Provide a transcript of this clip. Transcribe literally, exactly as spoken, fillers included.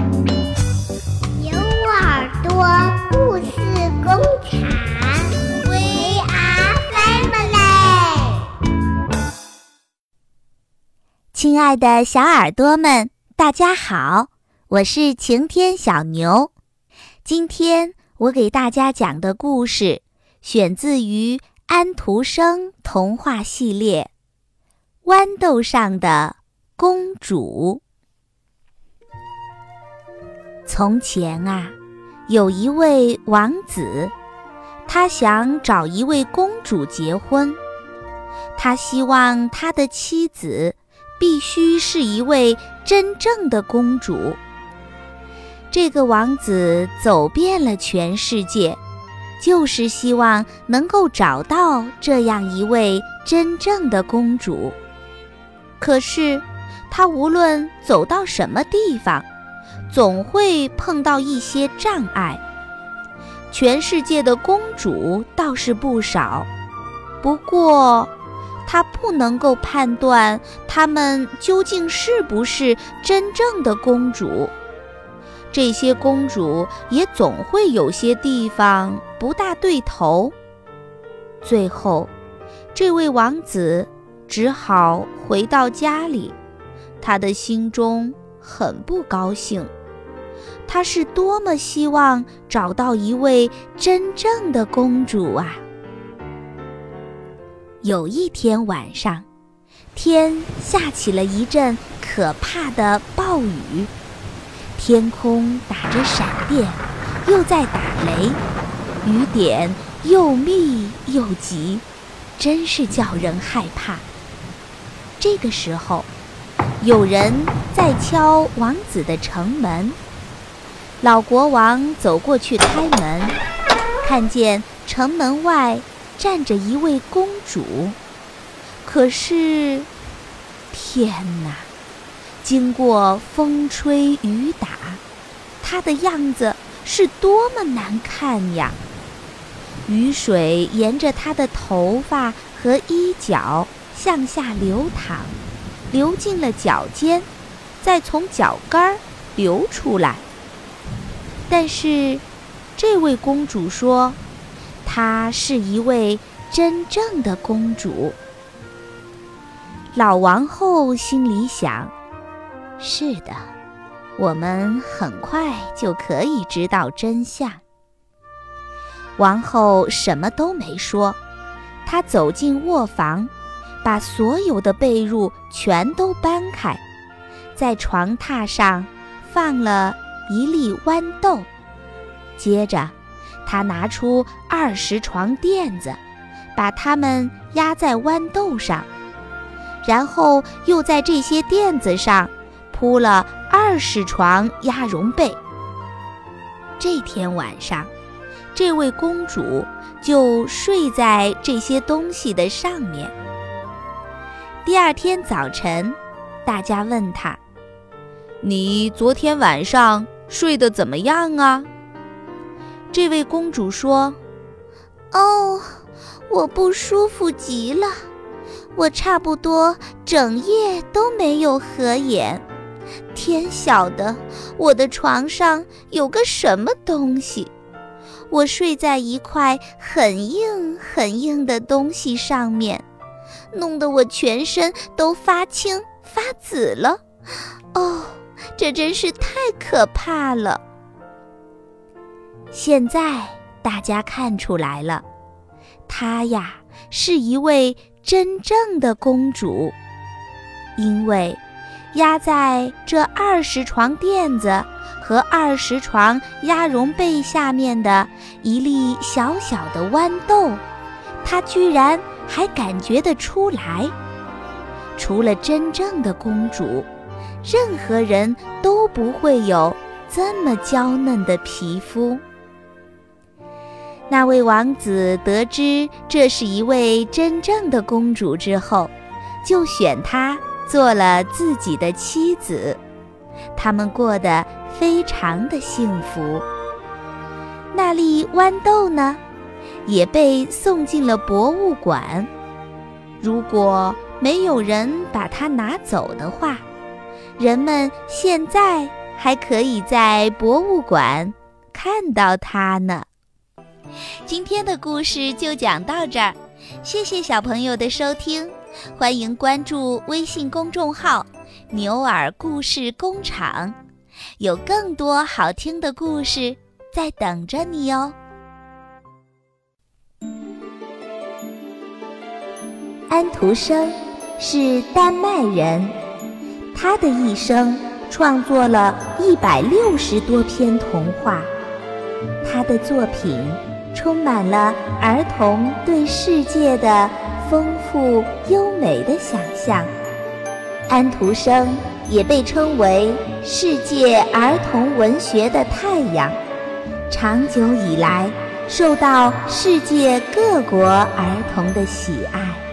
有耳朵故事工厂 We are family。 亲爱的小耳朵们，大家好，我是晴天小牛。今天我给大家讲的故事选自于安徒生童话系列《豌豆上的公主》。从前啊，有一位王子，他想找一位公主结婚。他希望他的妻子必须是一位真正的公主。这个王子走遍了全世界，就是希望能够找到这样一位真正的公主。可是，他无论走到什么地方，总会碰到一些障碍。全世界的公主倒是不少，不过他不能够判断她们究竟是不是真正的公主。这些公主也总会有些地方不大对头。最后，这位王子只好回到家里，他的心中很不高兴。他是多么希望找到一位真正的公主啊！有一天晚上，天下起了一阵可怕的暴雨，天空打着闪电，又在打雷，雨点又密又急，真是叫人害怕。这个时候，有人在敲王子的城门。老国王走过去开门，看见城门外站着一位公主。可是，天哪！经过风吹雨打，她的样子是多么难看呀！雨水沿着她的头发和衣角向下流淌，流进了脚尖，再从脚跟流出来。但是，这位公主说，她是一位真正的公主。老王后心里想，是的，我们很快就可以知道真相。王后什么都没说，她走进卧房，把所有的被褥全都搬开，在床榻上放了一粒豌豆。接着，她拿出二十床垫子，把它们压在豌豆上，然后又在这些垫子上铺了二十床鸭绒被。这天晚上，这位公主就睡在这些东西的上面。第二天早晨，大家问她：“你昨天晚上睡得怎么样啊？”这位公主说：“ 哦，我不舒服极了，我差不多整夜都没有合眼。天晓得我的床上有个什么东西，我睡在一块很硬很硬的东西上面，弄得我全身都发青发紫了。哦，这真是太可怕了。” 现在大家看出来了，她呀是一位真正的公主，因为压在这二十床垫子和二十床鸭绒被下面的一粒小小的豌豆，她居然还感觉得出来。除了真正的公主，任何人都不会有这么娇嫩的皮肤。那位王子得知这是一位真正的公主之后，就选她做了自己的妻子。他们过得非常的幸福。那粒豌豆呢，也被送进了博物馆。如果没有人把它拿走的话，人们现在还可以在博物馆看到它呢。 今天的故事就讲到这儿，谢谢小朋友的收听，欢迎关注微信公众号牛耳故事工厂，有更多好听的故事在等着你哦。 安徒生是丹麦人，他的一生创作了一百六十多篇童话，他的作品充满了儿童对世界的丰富优美的想象。安徒生也被称为世界儿童文学的太阳，长久以来受到世界各国儿童的喜爱。